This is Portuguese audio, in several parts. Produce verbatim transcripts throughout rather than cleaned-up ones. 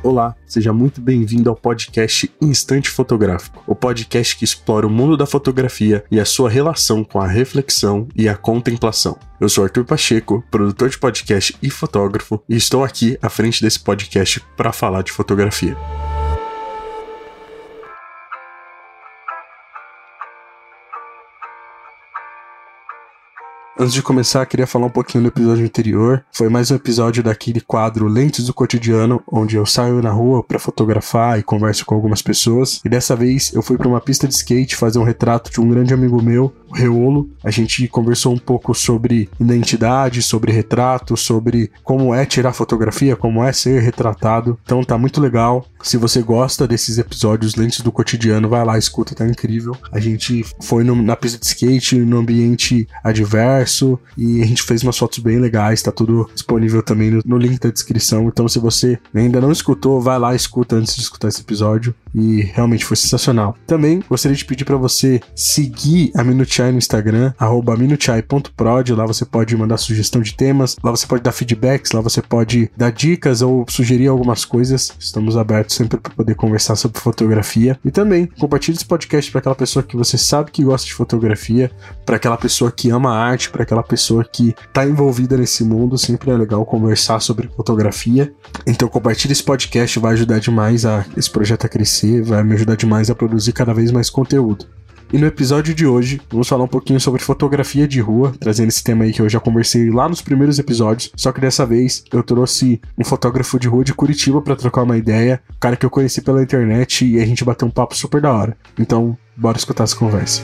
Olá, seja muito bem-vindo ao podcast Instante Fotográfico, o podcast que explora o mundo da fotografia e a sua relação com a reflexão e a contemplação. Eu sou Arthur Pacheco, produtor de podcast e fotógrafo, e estou aqui à frente desse podcast para falar de fotografia. Antes de começar, queria falar um pouquinho do episódio anterior. Foi mais um episódio daquele quadro Lentes do Cotidiano, onde eu saio na rua para fotografar e converso com algumas pessoas. E dessa vez eu fui para uma pista de skate fazer um retrato de um grande amigo meu, o Reolo. A gente conversou um pouco sobre identidade, sobre retrato, sobre como é tirar fotografia, como é ser retratado. Então tá muito legal. Se você gosta desses episódios Lentes do Cotidiano, vai lá, escuta, tá incrível. A gente foi no, na pista de skate, no ambiente adverso, e a gente fez umas fotos bem legais, tá tudo disponível também no, no link da descrição. Então se você ainda não escutou, vai lá, escuta antes de escutar esse episódio, e realmente foi sensacional. Também gostaria de pedir para você seguir a Minuchai no Instagram, arroba minuchai ponto prod. Lá você pode mandar sugestão de temas, lá você pode dar feedbacks, lá você pode dar dicas ou sugerir algumas coisas. Estamos abertos sempre para poder conversar sobre fotografia. E também compartilhe esse podcast para aquela pessoa que você sabe que gosta de fotografia, para aquela pessoa que ama arte, para aquela pessoa que está envolvida nesse mundo. Sempre é legal conversar sobre fotografia. Então compartilhe esse podcast, vai ajudar demais a esse projeto a crescer, vai me ajudar demais a produzir cada vez mais conteúdo. E no episódio de hoje, vamos falar um pouquinho sobre fotografia de rua, trazendo esse tema aí que eu já conversei lá nos primeiros episódios, só que dessa vez eu trouxe um fotógrafo de rua de Curitiba para trocar uma ideia, um cara que eu conheci pela internet, e a gente bateu um papo super da hora. Então, bora escutar essa conversa.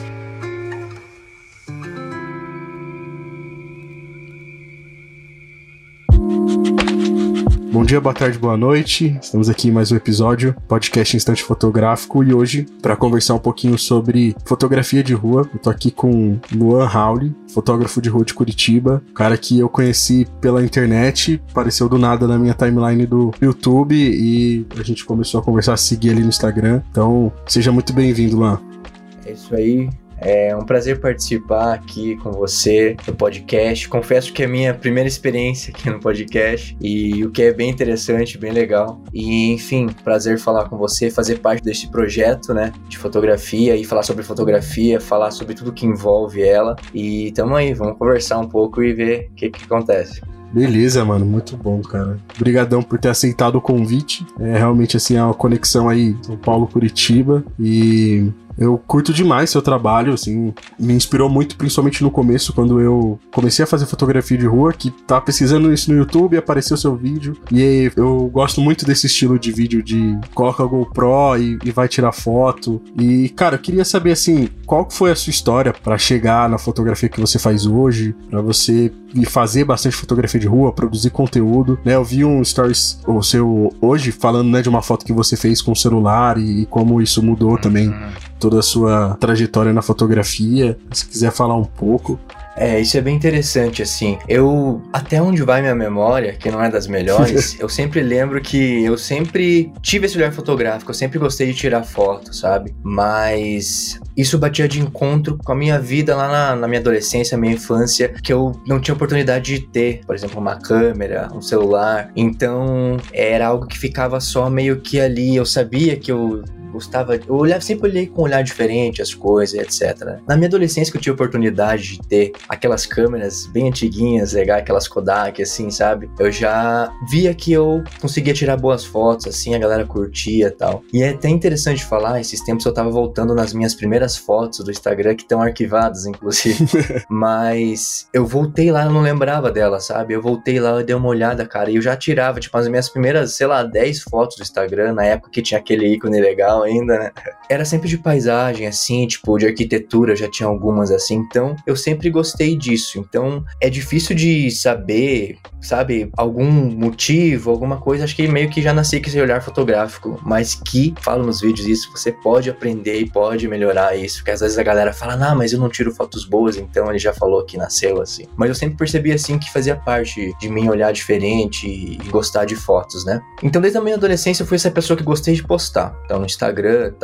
Bom dia, boa tarde, boa noite. Estamos aqui em mais um episódio, podcast Instante Fotográfico, e hoje, para conversar um pouquinho sobre fotografia de rua, eu tô aqui com Luan Rauli, fotógrafo de rua de Curitiba, cara que eu conheci pela internet, apareceu do nada na minha timeline do YouTube, e a gente começou a conversar, a seguir ali no Instagram. Então, seja muito bem-vindo, Luan. É isso aí. É um prazer participar aqui com você no podcast. Confesso que é a minha primeira experiência aqui no podcast, e o que é bem interessante, bem legal. E, enfim, prazer falar com você, fazer parte desse projeto, né, de fotografia, e falar sobre fotografia, falar sobre tudo que envolve ela. E tamo aí, vamos conversar um pouco e ver o que que acontece. Beleza, mano, muito bom, cara. Obrigadão por ter aceitado o convite. É realmente, assim, é uma conexão aí São Paulo-Curitiba, e eu curto demais seu trabalho, assim, me inspirou muito, principalmente no começo, quando eu comecei a fazer fotografia de rua, que tava pesquisando isso no YouTube, apareceu seu vídeo, e eu gosto muito desse estilo de vídeo de coloca a GoPro e, e vai tirar foto. E, cara, eu queria saber, assim, qual que foi a sua história pra chegar na fotografia que você faz hoje, pra você fazer bastante fotografia de rua, produzir conteúdo, né? Eu vi um stories o seu hoje falando, né, de uma foto que você fez com o celular e, e como isso mudou também toda a sua trajetória na fotografia. Se quiser falar um pouco. É, isso é bem interessante, assim. Eu, até onde vai minha memória, que não é das melhores, eu sempre lembro que eu sempre tive esse olhar fotográfico, eu sempre gostei de tirar foto, sabe? Mas isso batia de encontro com a minha vida lá na, na minha adolescência, minha infância, que eu não tinha oportunidade de ter, por exemplo, uma câmera, um celular. Então, era algo que ficava só meio que ali. Eu sabia que eu gostava, eu olhava, sempre olhei com um olhar diferente as coisas, etcétera. Na minha adolescência, que eu tive a oportunidade de ter aquelas câmeras bem antiguinhas, legal, aquelas Kodak, assim, sabe? Eu já via que eu conseguia tirar boas fotos, assim, a galera curtia e tal. E é até interessante falar, esses tempos eu tava voltando nas minhas primeiras fotos do Instagram, que estão arquivadas, inclusive. Mas eu voltei lá, eu não lembrava dela, sabe? Eu voltei lá, eu dei uma olhada, cara, e eu já tirava, tipo, as minhas primeiras, sei lá, dez fotos do Instagram, na época que tinha aquele ícone legal ainda, né? Era sempre de paisagem, assim, tipo, de arquitetura, já tinha algumas, assim, então eu sempre gostei disso. Então é difícil de saber, sabe, algum motivo, alguma coisa. Acho que meio que já nasci com esse olhar fotográfico, mas que, falo nos vídeos isso, você pode aprender e pode melhorar isso, porque às vezes a galera fala, não, mas eu não tiro fotos boas, então ele já falou que nasceu assim. Mas eu sempre percebi, assim, que fazia parte de mim olhar diferente e gostar de fotos, né? Então desde a minha adolescência eu fui essa pessoa que gostei de postar, então no Instagram e tal.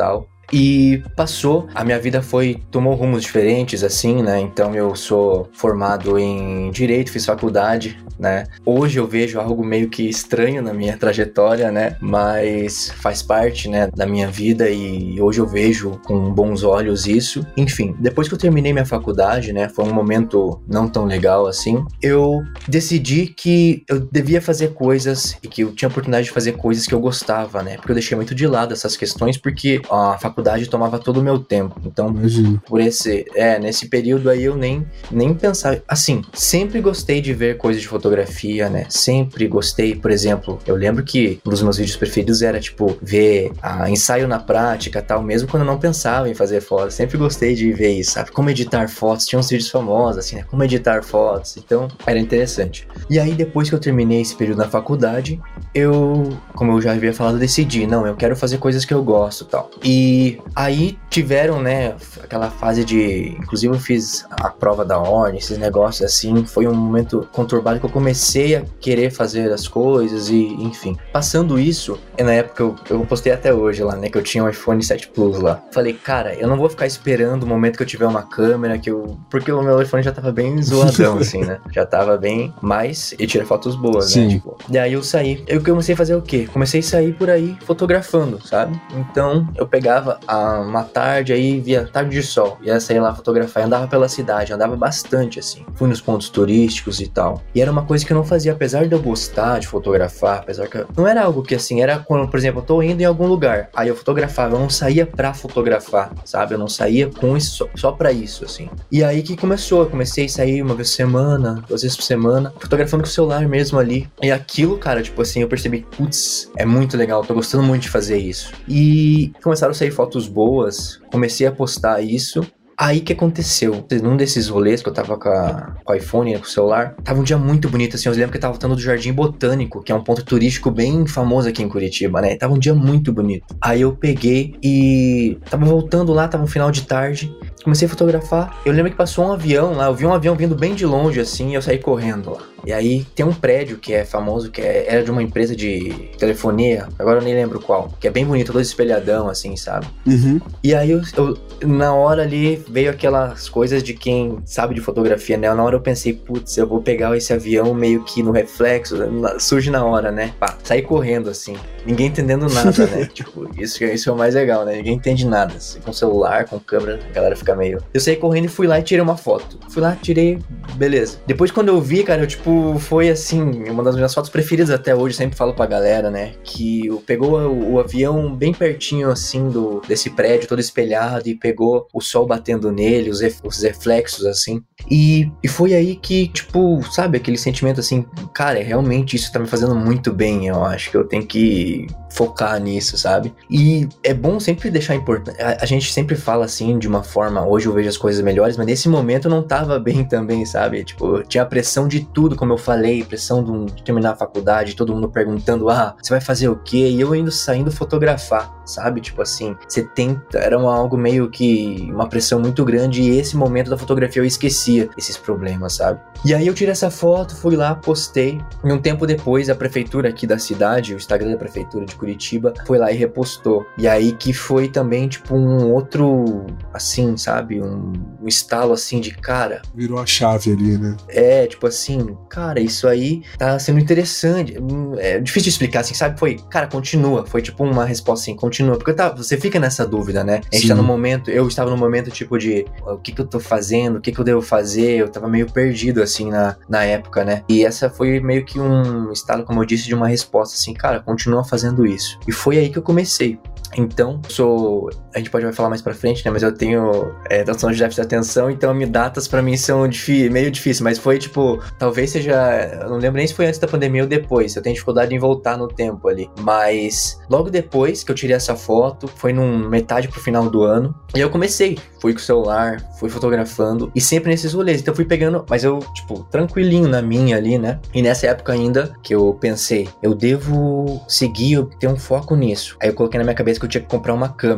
E passou, a minha vida foi, tomou rumos diferentes, assim, né? Então eu sou formado em Direito, fiz faculdade, né? Hoje eu vejo algo meio que estranho na minha trajetória, né? Mas faz parte, né, da minha vida e hoje eu vejo com bons olhos isso. Enfim, depois que eu terminei minha faculdade, né? Foi um momento não tão legal assim. Eu decidi que eu devia fazer coisas e que eu tinha a oportunidade de fazer coisas que eu gostava, né? Porque eu deixei muito de lado essas questões porque a faculdade tomava todo o meu tempo. Então, Imagina. por esse, é, nesse período aí eu nem, nem pensava. Assim, sempre gostei de ver coisas de fotografia, né? Sempre gostei, por exemplo, eu lembro que um dos meus vídeos preferidos era, tipo, ver a ensaio na prática e tal, mesmo quando eu não pensava em fazer fotos. Sempre gostei de ver isso, sabe? Como editar fotos. Tinha uns vídeos famosos, assim, né? Como editar fotos. Então, era interessante. E aí, depois que eu terminei esse período na faculdade, eu, como eu já havia falado, decidi, não, eu quero fazer coisas que eu gosto e tal. E aí tiveram, né, aquela fase de... Inclusive eu fiz a prova da ordem, esses negócios assim. Foi um momento conturbado que eu comecei a querer fazer as coisas e, enfim. Passando isso, na época eu, eu postei até hoje lá, né, que eu tinha um iPhone sete Plus lá. Falei, cara, eu não vou ficar esperando o momento que eu tiver uma câmera, que eu... Porque o meu iPhone já tava bem zoadão, assim, né? Já tava bem... Mas ele tira fotos boas, Sim. né? Tipo, e aí eu saí. Eu comecei a fazer o quê? Comecei a sair por aí fotografando, sabe? Então, eu pegava a, uma tarde aí, via tarde de sol, ia sair lá fotografar, andava pela cidade, andava bastante, assim. Fui nos pontos turísticos e tal. E era uma coisa que eu não fazia, apesar de eu gostar de fotografar, apesar que... Eu... Não era algo que, assim, era quando, por exemplo, eu tô indo em algum lugar, aí eu fotografava, eu não saía pra fotografar, sabe? Eu não saía com isso, só, só pra isso, assim. E aí que começou, eu comecei a sair uma vez por semana, duas vezes por semana, fotografando com o celular mesmo ali. E aquilo, cara, tipo assim, eu percebi, putz, é muito legal, tô gostando muito de fazer isso. E começaram a sair fotos boas, comecei a postar isso. Aí que aconteceu? Num desses rolês que eu tava com, a, com o iPhone, né, com o celular, tava um dia muito bonito, assim. Eu lembro que eu tava voltando do Jardim Botânico, que é um ponto turístico bem famoso aqui em Curitiba, né? Tava um dia muito bonito. Aí eu peguei e tava voltando lá, tava um final de tarde. Comecei a fotografar. Eu lembro que passou um avião lá, eu vi um avião vindo bem de longe, assim, e eu saí correndo lá. E aí tem um prédio que é famoso, que é, era de uma empresa de telefonia, agora eu nem lembro qual, que é bem bonito, todo espelhadão, assim, sabe? Uhum. E aí eu, eu, na hora ali, veio aquelas coisas de quem sabe de fotografia, né? Na hora eu pensei, putz, eu vou pegar esse avião meio que no reflexo, na, surge na hora, né? Pá, saí correndo, assim, ninguém entendendo nada, né? Tipo, isso, isso é o mais legal, né? Ninguém entende nada, assim, com celular, com câmera, a galera fica meio... Eu saí correndo e fui lá e tirei uma foto. Fui lá, tirei, beleza. Depois quando eu vi, cara, eu tipo, foi assim, uma das minhas fotos preferidas até hoje, sempre falo pra galera, né, que eu pegou o, o avião bem pertinho, assim, do, desse prédio, todo espelhado, e pegou o sol batendo nele, os, ref, os reflexos, assim, e, e foi aí que, tipo, sabe, aquele sentimento, assim, cara, realmente isso tá me fazendo muito bem, eu acho que eu tenho que focar nisso, sabe, e é bom sempre deixar importante, a, a gente sempre fala, assim, de uma forma, hoje eu vejo as coisas melhores, mas nesse momento eu não tava bem também, sabe, tipo, tinha a pressão de tudo, como eu falei, pressão de terminar a faculdade, todo mundo perguntando, ah, você vai fazer o quê? E eu indo saindo fotografar, sabe? Tipo assim, setenta, era uma, algo meio que, uma pressão muito grande, e esse momento da fotografia eu esquecia esses problemas, sabe? E aí eu tirei essa foto, fui lá, postei, e um tempo depois a prefeitura aqui da cidade, o Instagram da prefeitura de Curitiba, foi lá e repostou. E aí que foi também, tipo, um outro, assim, sabe? Um, um estalo, assim, de cara... Virou a chave ali, né? É, tipo assim, cara, isso aí tá sendo interessante. É difícil de explicar, assim, sabe? Foi, cara, continua. Foi tipo uma resposta assim, continua. Porque tá, você fica nessa dúvida, né? A gente Sim. tá no momento, eu estava no momento tipo de o que que eu tô fazendo, o que que eu devo fazer. Eu tava meio perdido, assim, na, na época, né? E essa foi meio que um estado, como eu disse, de uma resposta assim, cara, continua fazendo isso. E foi aí que eu comecei. Então, sou... A gente pode falar mais pra frente, né? Mas eu tenho é, transtorno de déficit de atenção, então datas pra mim são difí- meio difíceis. Mas foi, tipo... Talvez seja... Eu não lembro nem se foi antes da pandemia ou depois. Eu tenho dificuldade em voltar no tempo ali. Mas logo depois que eu tirei essa foto, foi num metade pro final do ano. E eu comecei. Fui com o celular, fui fotografando. E sempre nesses rolês. Então eu fui pegando... Mas eu, tipo, tranquilinho na minha ali, né? E nessa época ainda que eu pensei... Eu devo seguir, eu ter um foco nisso. Aí eu coloquei na minha cabeça que eu tinha que comprar uma câmera.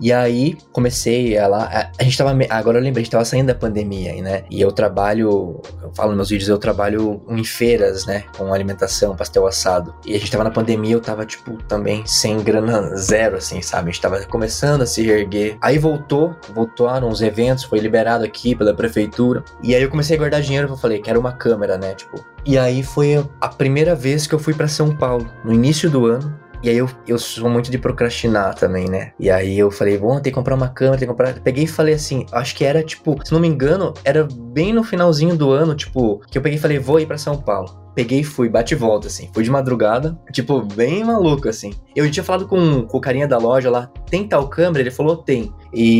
E aí, comecei a lá, a, a gente tava, agora eu lembrei, a gente tava saindo da pandemia aí, né? E eu trabalho, eu falo nos meus vídeos, eu trabalho em feiras, né? Com alimentação, pastel assado. E a gente tava na pandemia, eu tava, tipo, também sem grana zero, assim, sabe? A gente tava começando a se reerguer. Aí voltou, voltaram uns eventos, foi liberado aqui pela prefeitura. E aí eu comecei a guardar dinheiro, eu falei, quero uma câmera, né? Tipo, e aí foi a primeira vez que eu fui pra São Paulo, no início do ano. E aí eu, eu sou muito de procrastinar também, né? E aí eu falei, bom, tem que comprar uma câmera, tem que comprar... Peguei e falei assim, acho que era tipo, se não me engano, era bem no finalzinho do ano, tipo, que eu peguei e falei, vou ir pra São Paulo. Peguei e fui, bate e volta, assim. Fui de madrugada, tipo, bem maluco, assim. Eu tinha falado com, com o carinha da loja lá, tem tal câmera? Ele falou, tem.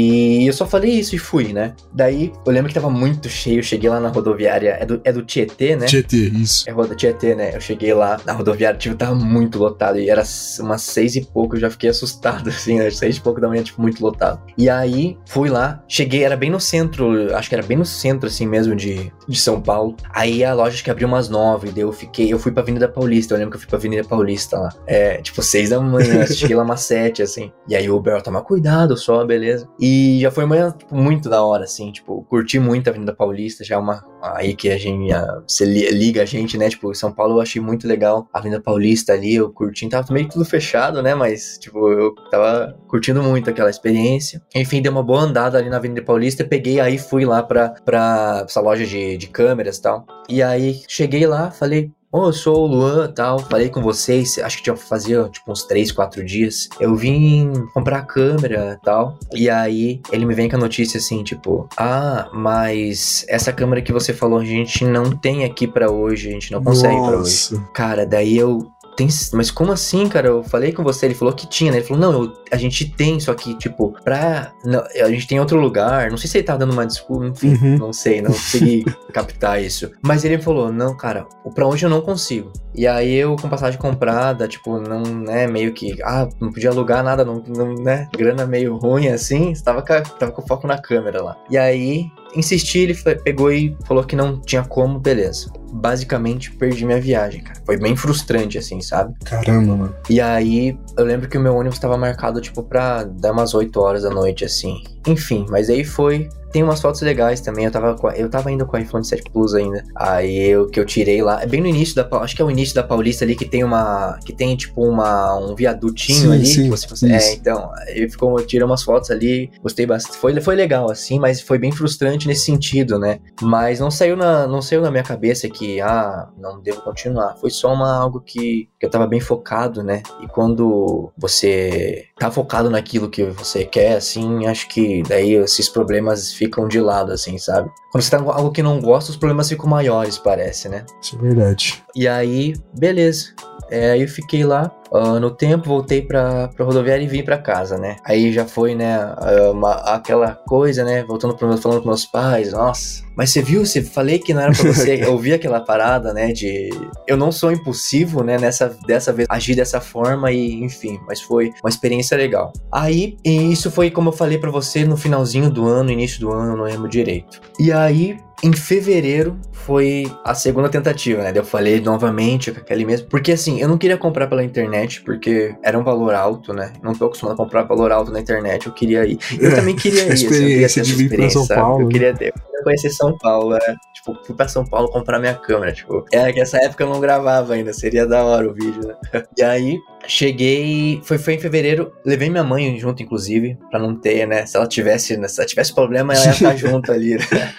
E eu só falei isso e fui, né? Daí, eu lembro que tava muito cheio, cheguei lá na rodoviária, é do, é do Tietê, né? Tietê, isso. É roda Tietê, né? Eu cheguei lá na rodoviária, tipo, tava muito lotado. E era umas seis e pouco, eu já fiquei assustado, assim, né? Seis e pouco da manhã, tipo, muito lotado. E aí, fui lá, cheguei, era bem no centro, acho que era bem no centro, assim mesmo, de, de São Paulo. Aí a loja acho que abriu umas nove, daí eu fiquei, eu fui pra Avenida Paulista, eu lembro que eu fui pra Avenida Paulista lá. É, tipo, seis da manhã, cheguei lá umas sete, assim. E aí o Uber, toma cuidado só, beleza. E já foi uma, tipo, muito da hora, assim, tipo, curti muito a Avenida Paulista, já é uma, aí que a gente, a, você liga a gente, né, tipo, São Paulo eu achei muito legal, a Avenida Paulista ali, eu curti, tava meio tudo fechado, né, mas, tipo, eu tava curtindo muito aquela experiência. Enfim, dei uma boa andada ali na Avenida Paulista, peguei, aí fui lá pra, pra essa loja de, de câmeras e tal. E aí, cheguei lá, falei, ô, oh, eu sou o Luan e tal, falei com vocês, acho que já fazia tipo uns três, quatro dias. Eu vim comprar a câmera e tal, e aí ele me vem com a notícia assim, tipo, ah, mas essa câmera que você falou a gente não tem aqui pra hoje, a gente não consegue pra hoje. Cara, daí eu... Tem, mas como assim, cara? Eu falei com você, ele falou que tinha, né? Ele falou, não, eu, a gente tem, só que, tipo, pra... Não, a gente tem outro lugar, não sei se ele tá dando uma desculpa, enfim, uhum. não sei, não consegui captar isso. Mas ele falou, não, cara, pra hoje eu não consigo. E aí eu, com passagem comprada, tipo, não, né, meio que, ah, não podia alugar nada, não, não né, grana meio ruim, assim, tava, tava com foco na câmera lá. E aí... Insisti, ele foi, pegou e falou que não tinha como, beleza. Basicamente, perdi minha viagem, cara. Foi bem frustrante, assim, sabe? Caramba, mano. E aí, eu lembro que o meu ônibus tava marcado, tipo, pra dar umas oito horas da noite, assim. Enfim, mas aí foi... Tem umas fotos legais também, eu tava, eu tava indo com o iPhone sete Plus ainda. Aí eu que eu tirei lá, é bem no início da, acho que é o início da Paulista ali, que tem uma, que tem tipo uma, um viadutinho sim, ali. Sim, que você, você, é, então, aí ficou, eu tirei umas fotos ali, gostei bastante, foi, foi legal assim, mas foi bem frustrante nesse sentido, né? Mas não saiu na, não saiu na minha cabeça que, ah, não devo continuar. Foi só uma, algo que, que eu tava bem focado, né? E quando você tá focado naquilo que você quer, assim, acho que daí esses problemas ficam de lado, assim, sabe? Quando você tá com algo que não gosta, os problemas ficam maiores, parece, né? Isso é verdade. E aí, beleza. É, aí eu fiquei lá, uh, no tempo, voltei pra, pra rodoviária e vim pra casa, né? Aí já foi, né, uma, aquela coisa, né, voltando pro meu, falando com meus pais, nossa, mas você viu, você falei que não era pra você, eu vi aquela parada, né, de, eu não sou impulsivo, né, nessa, dessa vez, agir dessa forma e, enfim, mas foi uma experiência legal. Aí, e isso foi, como eu falei pra você, no finalzinho do ano, início do ano, eu não lembro direito. E aí... Em fevereiro foi a segunda tentativa, né? Eu falei novamente com aquele mesmo. Porque assim, eu não queria comprar pela internet, porque era um valor alto, né? Não tô acostumado a comprar valor alto na internet, eu queria ir. Eu é, também queria ir, assim, eu queria ter essa experiência, São Paulo, eu queria ter. Eu queria conhecer São Paulo, né? Tipo, fui pra São Paulo comprar minha câmera, tipo. É que essa época eu não gravava ainda, seria da hora o vídeo, né? E aí, cheguei, foi, foi em fevereiro, levei minha mãe junto, inclusive, pra não ter, né? Se ela tivesse, se ela tivesse problema, ela ia estar junto ali, né?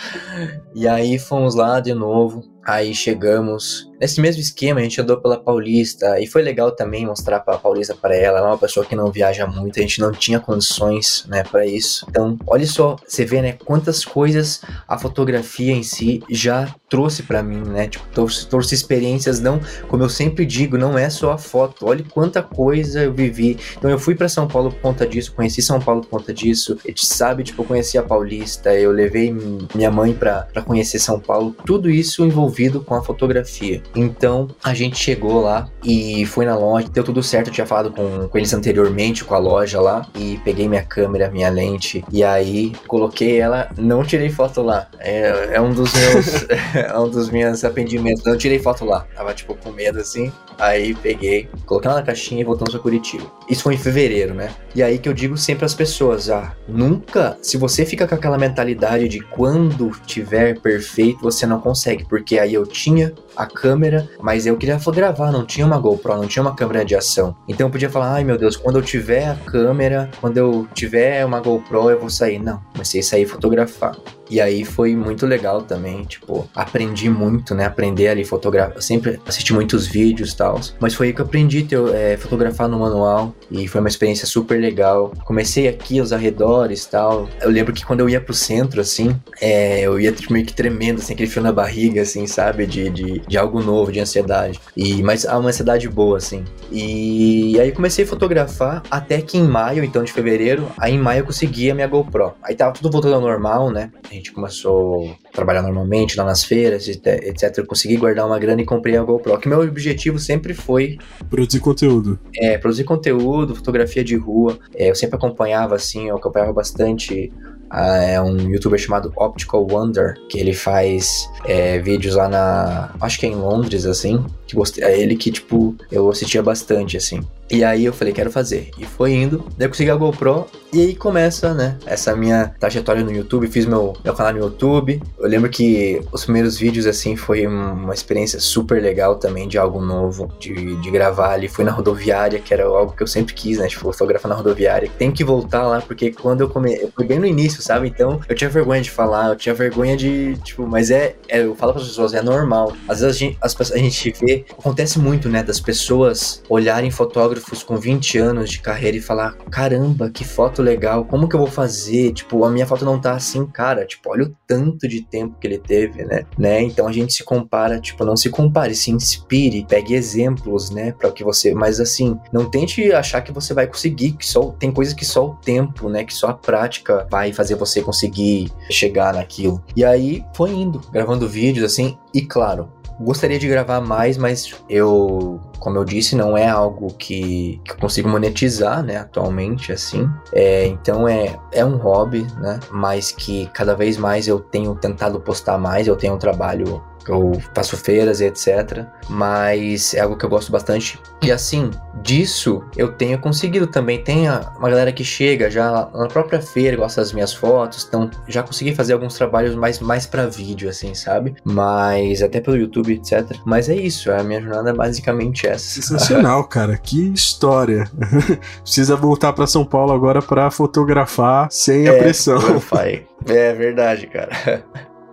E aí fomos lá de novo, aí chegamos, nesse mesmo esquema a gente andou pela Paulista, e foi legal também mostrar pra Paulista pra ela, ela é uma pessoa que não viaja muito, a gente não tinha condições, né, pra isso. Então, olha só, você vê, né, quantas coisas a fotografia em si já trouxe pra mim, né, tipo, trouxe, trouxe experiências, não, como eu sempre digo, não é só a foto, olha quanta coisa eu vivi. Então eu fui pra São Paulo por conta disso, conheci São Paulo por conta disso, a gente sabe, tipo, eu conheci a Paulista, eu levei minha mãe pra, pra conhecer São Paulo, tudo isso envolvido com a fotografia. Então a gente chegou lá e foi na loja, deu tudo certo, eu tinha falado com, com eles anteriormente, com a loja lá, e peguei minha câmera, minha lente, e aí coloquei ela, não tirei foto lá, é, é um dos meus é um dos meus arrependimentos, não tirei foto lá, tava tipo com medo assim, aí peguei, coloquei ela na caixinha e voltamos pra Curitiba. Isso foi em fevereiro, né? E aí que eu digo sempre às pessoas, ah, nunca, se você fica com aquela mentalidade de quando tiver perfeito, você não consegue, porque aí eu tinha a câmera, mas eu queria gravar, não tinha uma GoPro, não tinha uma câmera de ação. Então eu podia falar, ai meu Deus, quando eu tiver a câmera, quando eu tiver uma GoPro, eu vou sair. Não, comecei a sair fotografar. E aí foi muito legal também, tipo, aprendi muito, né, aprender ali fotografar, eu sempre assisti muitos vídeos e tal, mas foi aí que eu aprendi a ter, é, fotografar no manual, e foi uma experiência super legal. Comecei aqui aos arredores e tal, eu lembro que quando eu ia pro centro, assim, é, eu ia tipo, meio que tremendo, assim, aquele frio na barriga, assim, sabe, de, de, de algo novo, de ansiedade, e, mas uma ansiedade boa, assim, e aí comecei a fotografar até que em maio, então de fevereiro, aí em maio eu consegui a minha GoPro, aí tava tudo voltando ao normal, né, a gente começou a trabalhar normalmente lá nas feiras, etcétera. Eu consegui guardar uma grana e comprei a GoPro, que meu objetivo sempre foi... Produzir conteúdo. É, produzir conteúdo, fotografia de rua. É, eu sempre acompanhava, assim, eu acompanhava bastante... Uh, é um youtuber chamado Optical Wonder, que ele faz é, vídeos lá na... acho que é em Londres, assim, que gostei, é ele que, tipo, eu assistia bastante, assim. E aí eu falei, quero fazer. E foi indo, daí eu consegui a GoPro, e aí começa, né, essa minha trajetória no YouTube. Fiz meu, meu canal no YouTube. Eu lembro que os primeiros vídeos, assim, foi uma experiência super legal também, de algo novo, de, de gravar ali. Fui na rodoviária, que era algo que eu sempre quis, né, tipo, fotografar na rodoviária. Tem que voltar lá, porque quando eu comecei, eu fui bem no início, sabe? Então, eu tinha vergonha de falar, eu tinha vergonha de, tipo, mas é, é eu falo para as pessoas, é normal. Às vezes a gente, as, a gente vê, acontece muito, né, das pessoas olharem fotógrafos com vinte anos de carreira e falar, caramba, que foto legal, como que eu vou fazer? Tipo, a minha foto não tá assim, cara, tipo, olha o tanto de tempo que ele teve, né? né? Então a gente se compara, tipo, não se compare, se inspire, pegue exemplos, né, para o que você, mas assim, não tente achar que você vai conseguir, que só tem coisas que só o tempo, né, que só a prática vai fazer você conseguir chegar naquilo. E aí foi indo, gravando vídeos assim, e claro, gostaria de gravar mais, mas eu, como eu disse, não é algo que, que eu consigo monetizar, né, atualmente, assim. É, então é, é um hobby, né, mas que cada vez mais eu tenho tentado postar mais, eu tenho um trabalho... eu faço feiras e etcétera. Mas é algo que eu gosto bastante. E assim, disso eu tenho conseguido também. Tem uma galera que chega já na própria feira, gosta das minhas fotos. Então já consegui fazer alguns trabalhos mais, mais pra vídeo, assim, sabe? Mas até pelo YouTube, etcétera. Mas é isso, a minha jornada é basicamente essa. Sensacional, cara. Que história. Precisa voltar pra São Paulo agora pra fotografar sem é, a pressão. É verdade, cara.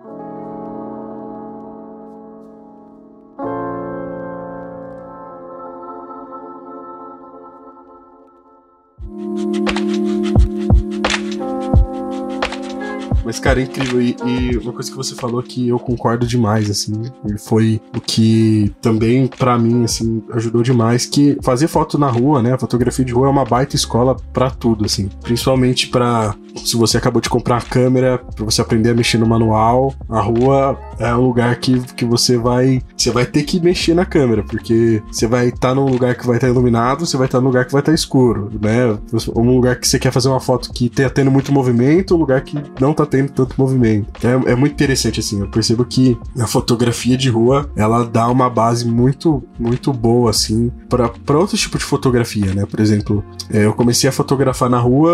Mas, cara, é incrível. E, e uma coisa que você falou que eu concordo demais, assim, e foi o que também, pra mim, assim, ajudou demais, que fazer foto na rua, né, a fotografia de rua é uma baita escola pra tudo, assim. Principalmente pra, se você acabou de comprar a câmera, pra você aprender a mexer no manual, a rua é um lugar que, que você vai, você vai ter que mexer na câmera, porque você vai estar tá num lugar que vai estar tá iluminado, você vai estar tá num lugar que vai estar tá escuro, né, um lugar que você quer fazer uma foto que tenha tendo muito movimento, um lugar que não tá tendo tanto movimento. É, é muito interessante, assim, eu percebo que a fotografia de rua, ela dá uma base muito, muito boa, assim, pra, pra outros tipos de fotografia, né, por exemplo, é, eu comecei a fotografar na rua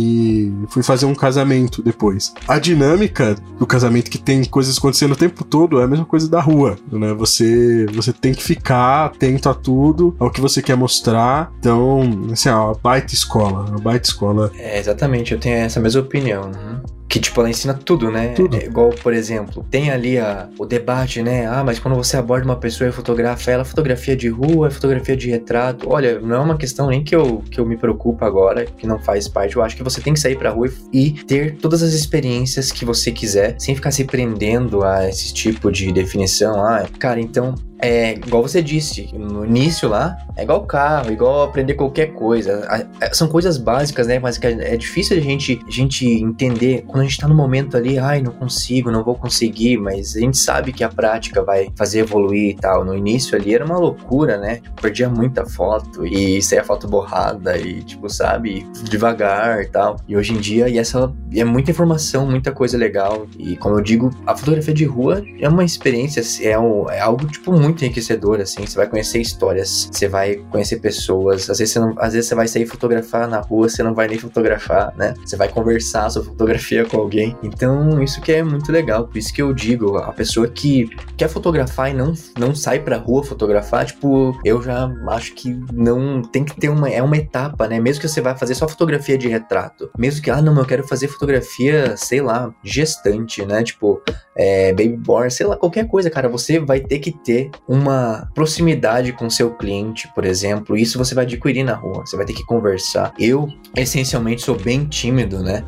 e fui fazer um casamento depois. A dinâmica do casamento, que tem coisas acontecendo o tempo todo, é a mesma coisa da rua, né, você, você tem que ficar atento a tudo, ao que você quer mostrar, então, assim, é uma baita escola, uma baita escola. É, exatamente, eu tenho essa mesma opinião, uhum. Que, tipo, ela ensina tudo, né? Tudo. É igual, por exemplo, tem ali a, o debate, né? Ah, mas quando você aborda uma pessoa e fotografa ela, fotografia de rua, fotografia de retrato. Olha, não é uma questão nem que eu, que eu me preocupo agora, que não faz parte. Eu acho que você tem que sair pra rua e ter todas as experiências que você quiser, sem ficar se prendendo a esse tipo de definição. Ah, cara, então... É, igual você disse, no início lá, é igual carro, igual aprender qualquer coisa. A, a, são coisas básicas, né? Mas que é difícil a gente, a gente entender quando a gente tá no momento ali, ai, não consigo, não vou conseguir, mas a gente sabe que a prática vai fazer evoluir e tal. No início ali era uma loucura, né? Perdia muita foto e saía foto borrada e, tipo, sabe, devagar e tal. E hoje em dia, e essa é muita informação, muita coisa legal. E como eu digo, a fotografia de rua é uma experiência, é, um, é algo, tipo, muito muito enriquecedor, assim. Você vai conhecer histórias, você vai conhecer pessoas. Às vezes você, não, às vezes você vai sair fotografar na rua, você não vai nem fotografar, né? Você vai conversar sobre fotografia com alguém. Então, isso que é muito legal. Por isso que eu digo, a pessoa que quer fotografar e não, não sai pra rua fotografar, tipo, eu já acho que não tem que ter uma... É uma etapa, né? Mesmo que você vai fazer só fotografia de retrato. Mesmo que, ah, não, eu quero fazer fotografia, sei lá, gestante, né? Tipo, é, baby born, sei lá, qualquer coisa, cara. Você vai ter que ter uma proximidade com o seu cliente, por exemplo. Isso você vai adquirir na rua. Você vai ter que conversar. Eu, essencialmente, sou bem tímido, né?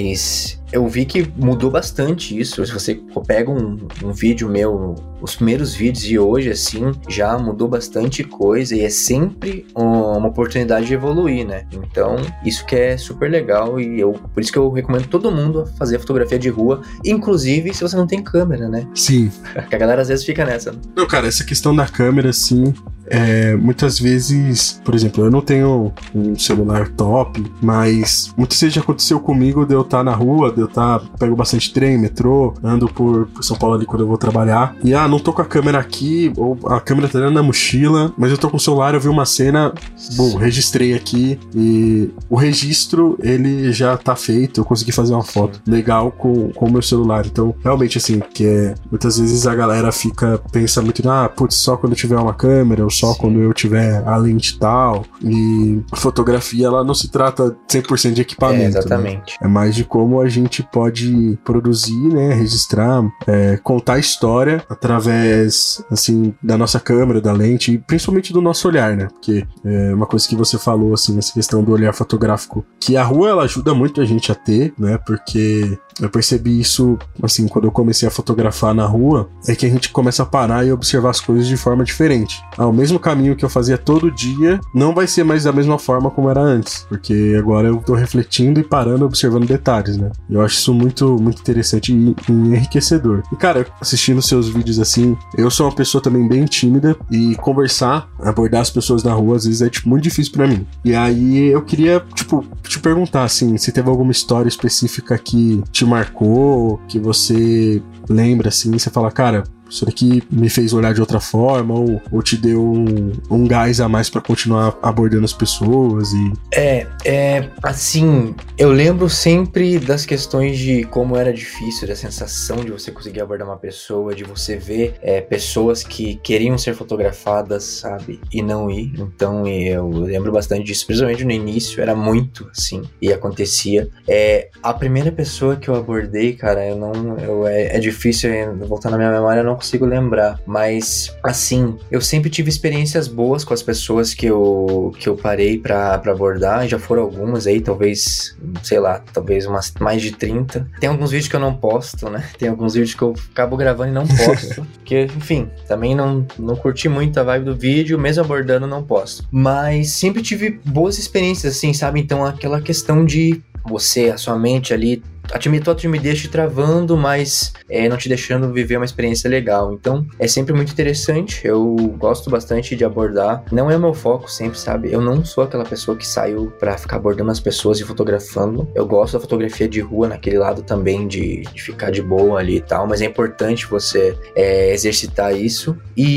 Mas eu vi que mudou bastante isso. Se você pega um, um vídeo meu, os primeiros vídeos e hoje, assim, já mudou bastante coisa e é sempre uma oportunidade de evoluir, né? Então, isso que é super legal e eu, por isso que eu recomendo todo mundo a fazer fotografia de rua, inclusive se você não tem câmera, né? Sim. Porque a galera às vezes fica nessa. Não, cara, essa questão da câmera, assim, é, muitas vezes, por exemplo, eu não tenho um celular top, mas muitas vezes já aconteceu comigo de eu estar na rua, de eu estar, pego bastante trem, metrô, ando por, por São Paulo ali quando eu vou trabalhar, e ah, não tô com a câmera aqui, ou a câmera tá dentro da mochila, mas eu tô com o celular, eu vi uma cena, bom, registrei aqui, e o registro, ele já tá feito, eu consegui fazer uma foto legal com, com o meu celular, então, realmente, assim, que é, muitas vezes a galera fica, pensa muito, ah, putz, só quando eu tiver uma câmera, ou só Sim. quando eu tiver a lente e tal, e fotografia, ela não se trata cem por cento de equipamento, é, exatamente. Né? É mais de como a gente pode produzir, né, registrar, é, contar a história através, assim, da nossa câmera, da lente, e principalmente do nosso olhar, né, porque é uma coisa que você falou, assim, nessa questão do olhar fotográfico, que a rua, ela ajuda muito a gente a ter, né, porque eu percebi isso, assim, quando eu comecei a fotografar na rua, é que a gente começa a parar e observar as coisas de forma diferente. Ah, o mesmo caminho que eu fazia todo dia não vai ser mais da mesma forma como era antes, porque agora eu tô refletindo e parando, observando detalhes, né? Eu acho isso muito, muito interessante e, e enriquecedor. E, cara, assistindo seus vídeos assim, eu sou uma pessoa também bem tímida e conversar, abordar as pessoas na rua, às vezes é, tipo, muito difícil pra mim. E aí eu queria, tipo, te perguntar, assim, se teve alguma história específica que te marcou, que você lembra, assim, você fala, cara, isso daqui me fez olhar de outra forma, ou, ou te deu um, um gás a mais pra continuar abordando as pessoas e... É, é, assim, eu lembro sempre das questões de como era difícil, da sensação de você conseguir abordar uma pessoa, de você ver é, pessoas que queriam ser fotografadas, sabe, e não ir. Então eu lembro bastante disso, principalmente no início, era muito assim, e acontecia. É, a primeira pessoa que eu abordei, cara, eu não, eu, é, é difícil, voltar na minha memória, eu não consigo lembrar, mas assim, eu sempre tive experiências boas com as pessoas que eu, que eu parei pra, pra abordar, já foram algumas aí, talvez, sei lá, talvez umas mais de trinta. Tem alguns vídeos que eu não posto, né? Tem alguns vídeos que eu acabo gravando e não posto, porque, enfim, também não, não curti muito a vibe do vídeo, mesmo abordando não posto. Mas sempre tive boas experiências, assim, sabe? Então, aquela questão de você, a sua mente ali, a tua timidez te travando, mas é, não te deixando viver uma experiência legal. Então, é sempre muito interessante. Eu gosto bastante de abordar. Não é o meu foco sempre, sabe? Eu não sou aquela pessoa que saiu pra ficar abordando as pessoas e fotografando. Eu gosto da fotografia de rua, naquele lado também de, de ficar de boa ali e tal, mas é importante você é, exercitar isso.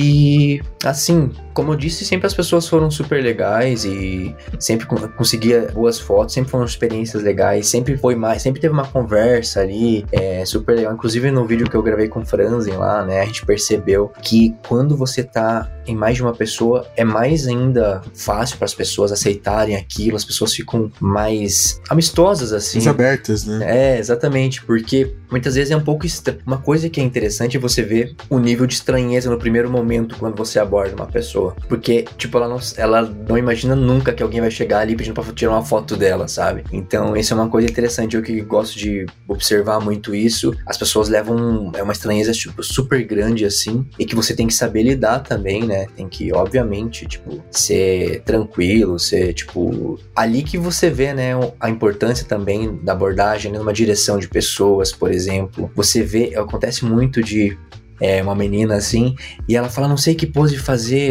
E, assim, como eu disse, sempre as pessoas foram super legais e sempre conseguia boas fotos, sempre foram experiências legais, sempre foi mais, sempre teve uma conversa ali, é super legal. Inclusive no vídeo que eu gravei com o Franzen lá, né, a gente percebeu que quando você tá em mais de uma pessoa, é mais ainda fácil para as pessoas aceitarem aquilo, as pessoas ficam mais amistosas, assim. Mais abertas, né? É, exatamente, porque muitas vezes é um pouco estranho. Uma coisa que é interessante é você ver o nível de estranheza no primeiro momento quando você aborda uma pessoa, porque, tipo, ela não, ela não imagina nunca que alguém vai chegar ali pedindo pra tirar uma foto dela, sabe? Então, isso é uma coisa interessante, eu que gosto de observar muito isso. As pessoas levam é uma estranheza, tipo, super grande, assim, e que você tem que saber lidar também, né? Tem que, obviamente, tipo, ser tranquilo, ser, tipo... Ali que você vê, né, a importância também da abordagem, né, numa direção de pessoas, por exemplo. Você vê, acontece muito de... É uma menina assim, e ela fala, não sei que pose fazer, o que,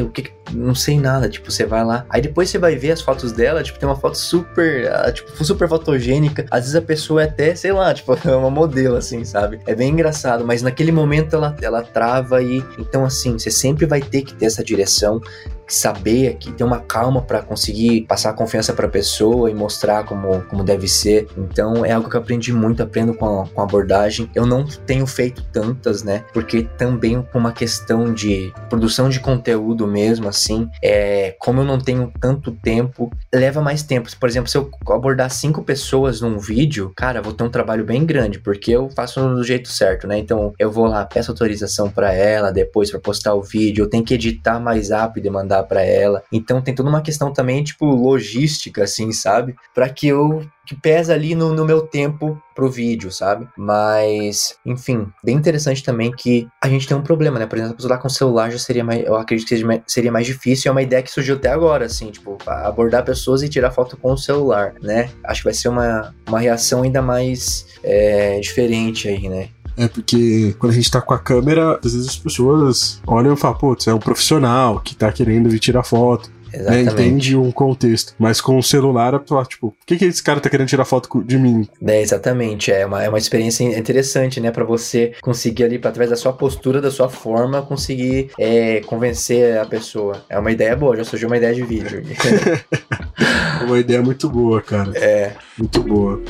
não sei nada, tipo, você vai lá, aí depois você vai ver as fotos dela, tipo, tem uma foto super, tipo, super fotogênica, às vezes a pessoa é até, sei lá, tipo, é uma modelo, assim, sabe? É bem engraçado, mas naquele momento ela, ela trava e, então, assim, você sempre vai ter que ter essa direção, saber que ter uma calma para conseguir passar a confiança para a pessoa e mostrar como, como deve ser. Então é algo que eu aprendi muito, aprendo com a, com a abordagem. Eu não tenho feito tantas, né, porque também por uma questão de produção de conteúdo mesmo, assim, é, como eu não tenho tanto tempo, leva mais tempo. Por exemplo, se eu abordar cinco pessoas num vídeo, cara, eu vou ter um trabalho bem grande, porque eu faço do jeito certo, né, então eu vou lá, peço autorização para ela, depois para postar o vídeo, eu tenho que editar mais rápido e mandar para ela. Então tem toda uma questão também, tipo, logística, assim, sabe? Para que eu que pesa ali no, no meu tempo pro vídeo, sabe? Mas, enfim, bem interessante também que a gente tem um problema, né? Por exemplo, usar com o celular já seria mais, eu acredito que seja mais, seria mais difícil, é uma ideia que surgiu até agora, assim, tipo, abordar pessoas e tirar foto com o celular, né? Acho que vai ser uma, uma reação ainda mais é, diferente aí, né? É porque quando a gente tá com a câmera, às vezes as pessoas olham e falam, pô, você é um profissional que tá querendo vir tirar foto. Né, entende um contexto, mas com o celular, tipo, por que, que esse cara tá querendo tirar foto de mim? É, exatamente, é uma, é uma experiência interessante, né, pra você conseguir ali, através da sua postura, da sua forma, conseguir é, convencer a pessoa. É uma ideia boa, já surgiu uma ideia de vídeo. É uma ideia muito boa, cara. É. Muito boa.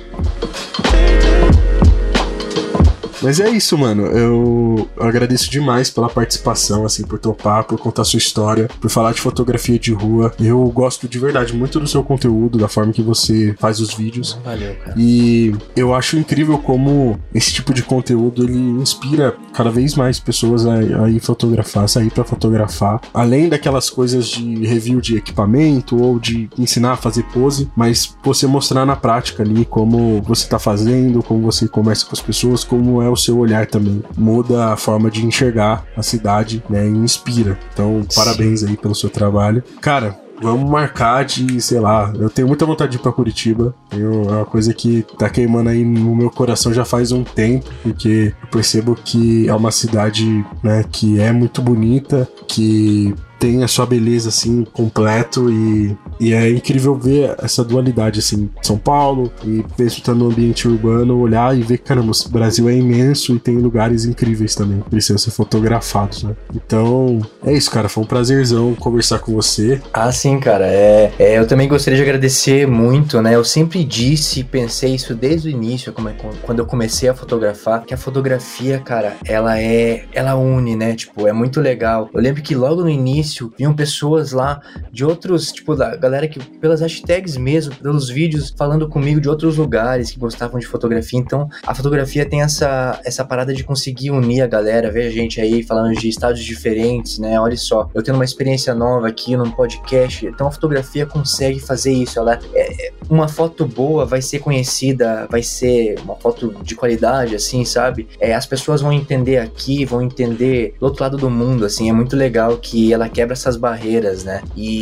Mas é isso, mano. Eu agradeço demais pela participação, assim, por topar, por contar sua história, por falar de fotografia de rua. Eu gosto de verdade muito do seu conteúdo, da forma que você faz os vídeos. Valeu, cara. E eu acho incrível como esse tipo de conteúdo, ele inspira cada vez mais pessoas a, a ir fotografar, a sair pra fotografar. Além daquelas coisas de review de equipamento ou de ensinar a fazer pose, mas você mostrar na prática ali como você tá fazendo, como você conversa com as pessoas, como é o seu olhar também. Muda a forma de enxergar a cidade, né, e inspira. Então, parabéns aí pelo seu trabalho. Cara, vamos marcar de, sei lá, eu tenho muita vontade de ir pra Curitiba. Eu, é uma coisa que tá queimando aí no meu coração já faz um tempo, porque eu percebo que é uma cidade, né, que é muito bonita, que tem a sua beleza, assim, completo, e, e é incrível ver essa dualidade, assim, São Paulo, e mesmo estando no ambiente urbano, olhar e ver que, caramba, o Brasil é imenso e tem lugares incríveis também, que precisam ser fotografados, né? Então, é isso, cara, foi um prazerzão conversar com você. Ah, sim, cara, é, é, eu também gostaria de agradecer muito, né, eu sempre disse e pensei isso desde o início, como é, quando eu comecei a fotografar, que a fotografia, cara, ela é, ela une, né, tipo, é muito legal. Eu lembro que logo no início vinham pessoas lá de outros, tipo, da galera que, pelas hashtags mesmo, pelos vídeos, falando comigo de outros lugares que gostavam de fotografia. Então, a fotografia tem essa, essa parada de conseguir unir a galera, ver a gente aí falando de estados diferentes, né? Olha só, eu tendo uma experiência nova aqui num podcast, então a fotografia consegue fazer isso. Ela é, uma foto boa vai ser conhecida, vai ser uma foto de qualidade, assim, sabe? É, as pessoas vão entender aqui, vão entender do outro lado do mundo, assim. É muito legal que ela quebra essas barreiras, né?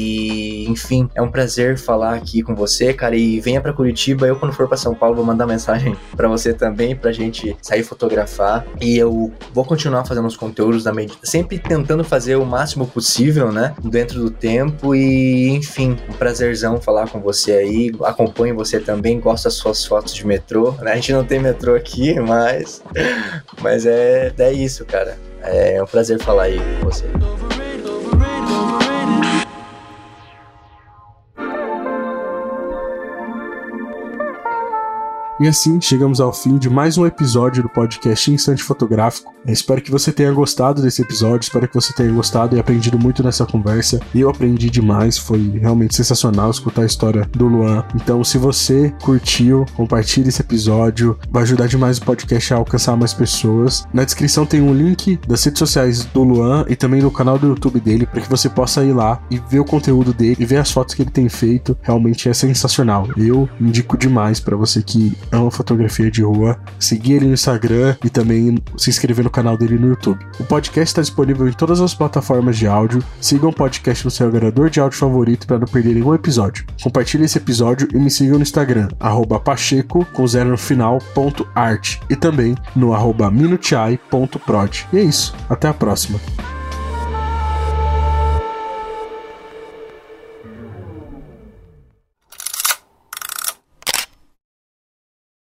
E, enfim, é um prazer falar aqui com você, cara, e venha pra Curitiba. Eu, quando for pra São Paulo, vou mandar mensagem pra você também, pra gente sair fotografar, e eu vou continuar fazendo os conteúdos da medida, sempre tentando fazer o máximo possível, né? Dentro do tempo, e, enfim, um prazerzão falar com você aí. Acompanho você também, gosto das suas fotos de metrô, né? A gente não tem metrô aqui, mas mas é, é isso, cara. É um prazer falar aí com você. E assim, chegamos ao fim de mais um episódio do podcast Instante Fotográfico. Eu espero que você tenha gostado desse episódio, espero que você tenha gostado e aprendido muito nessa conversa. Eu aprendi demais, foi realmente sensacional escutar a história do Luan. Então, se você curtiu, compartilhe esse episódio, vai ajudar demais o podcast a alcançar mais pessoas. Na descrição tem um link das redes sociais do Luan e também do canal do YouTube dele, para que você possa ir lá e ver o conteúdo dele e ver as fotos que ele tem feito. Realmente é sensacional. Eu indico demais para você que ama fotografia de rua, seguir ele no Instagram e também se inscrever no canal dele no YouTube. O podcast está disponível em todas as plataformas de áudio. Sigam o podcast no seu agregador de áudio favorito para não perder nenhum episódio. Compartilhe esse episódio e me sigam no Instagram, arroba pacheco, com zero no final, ponto art, e também no arroba minutiai ponto prod. E é isso, até a próxima.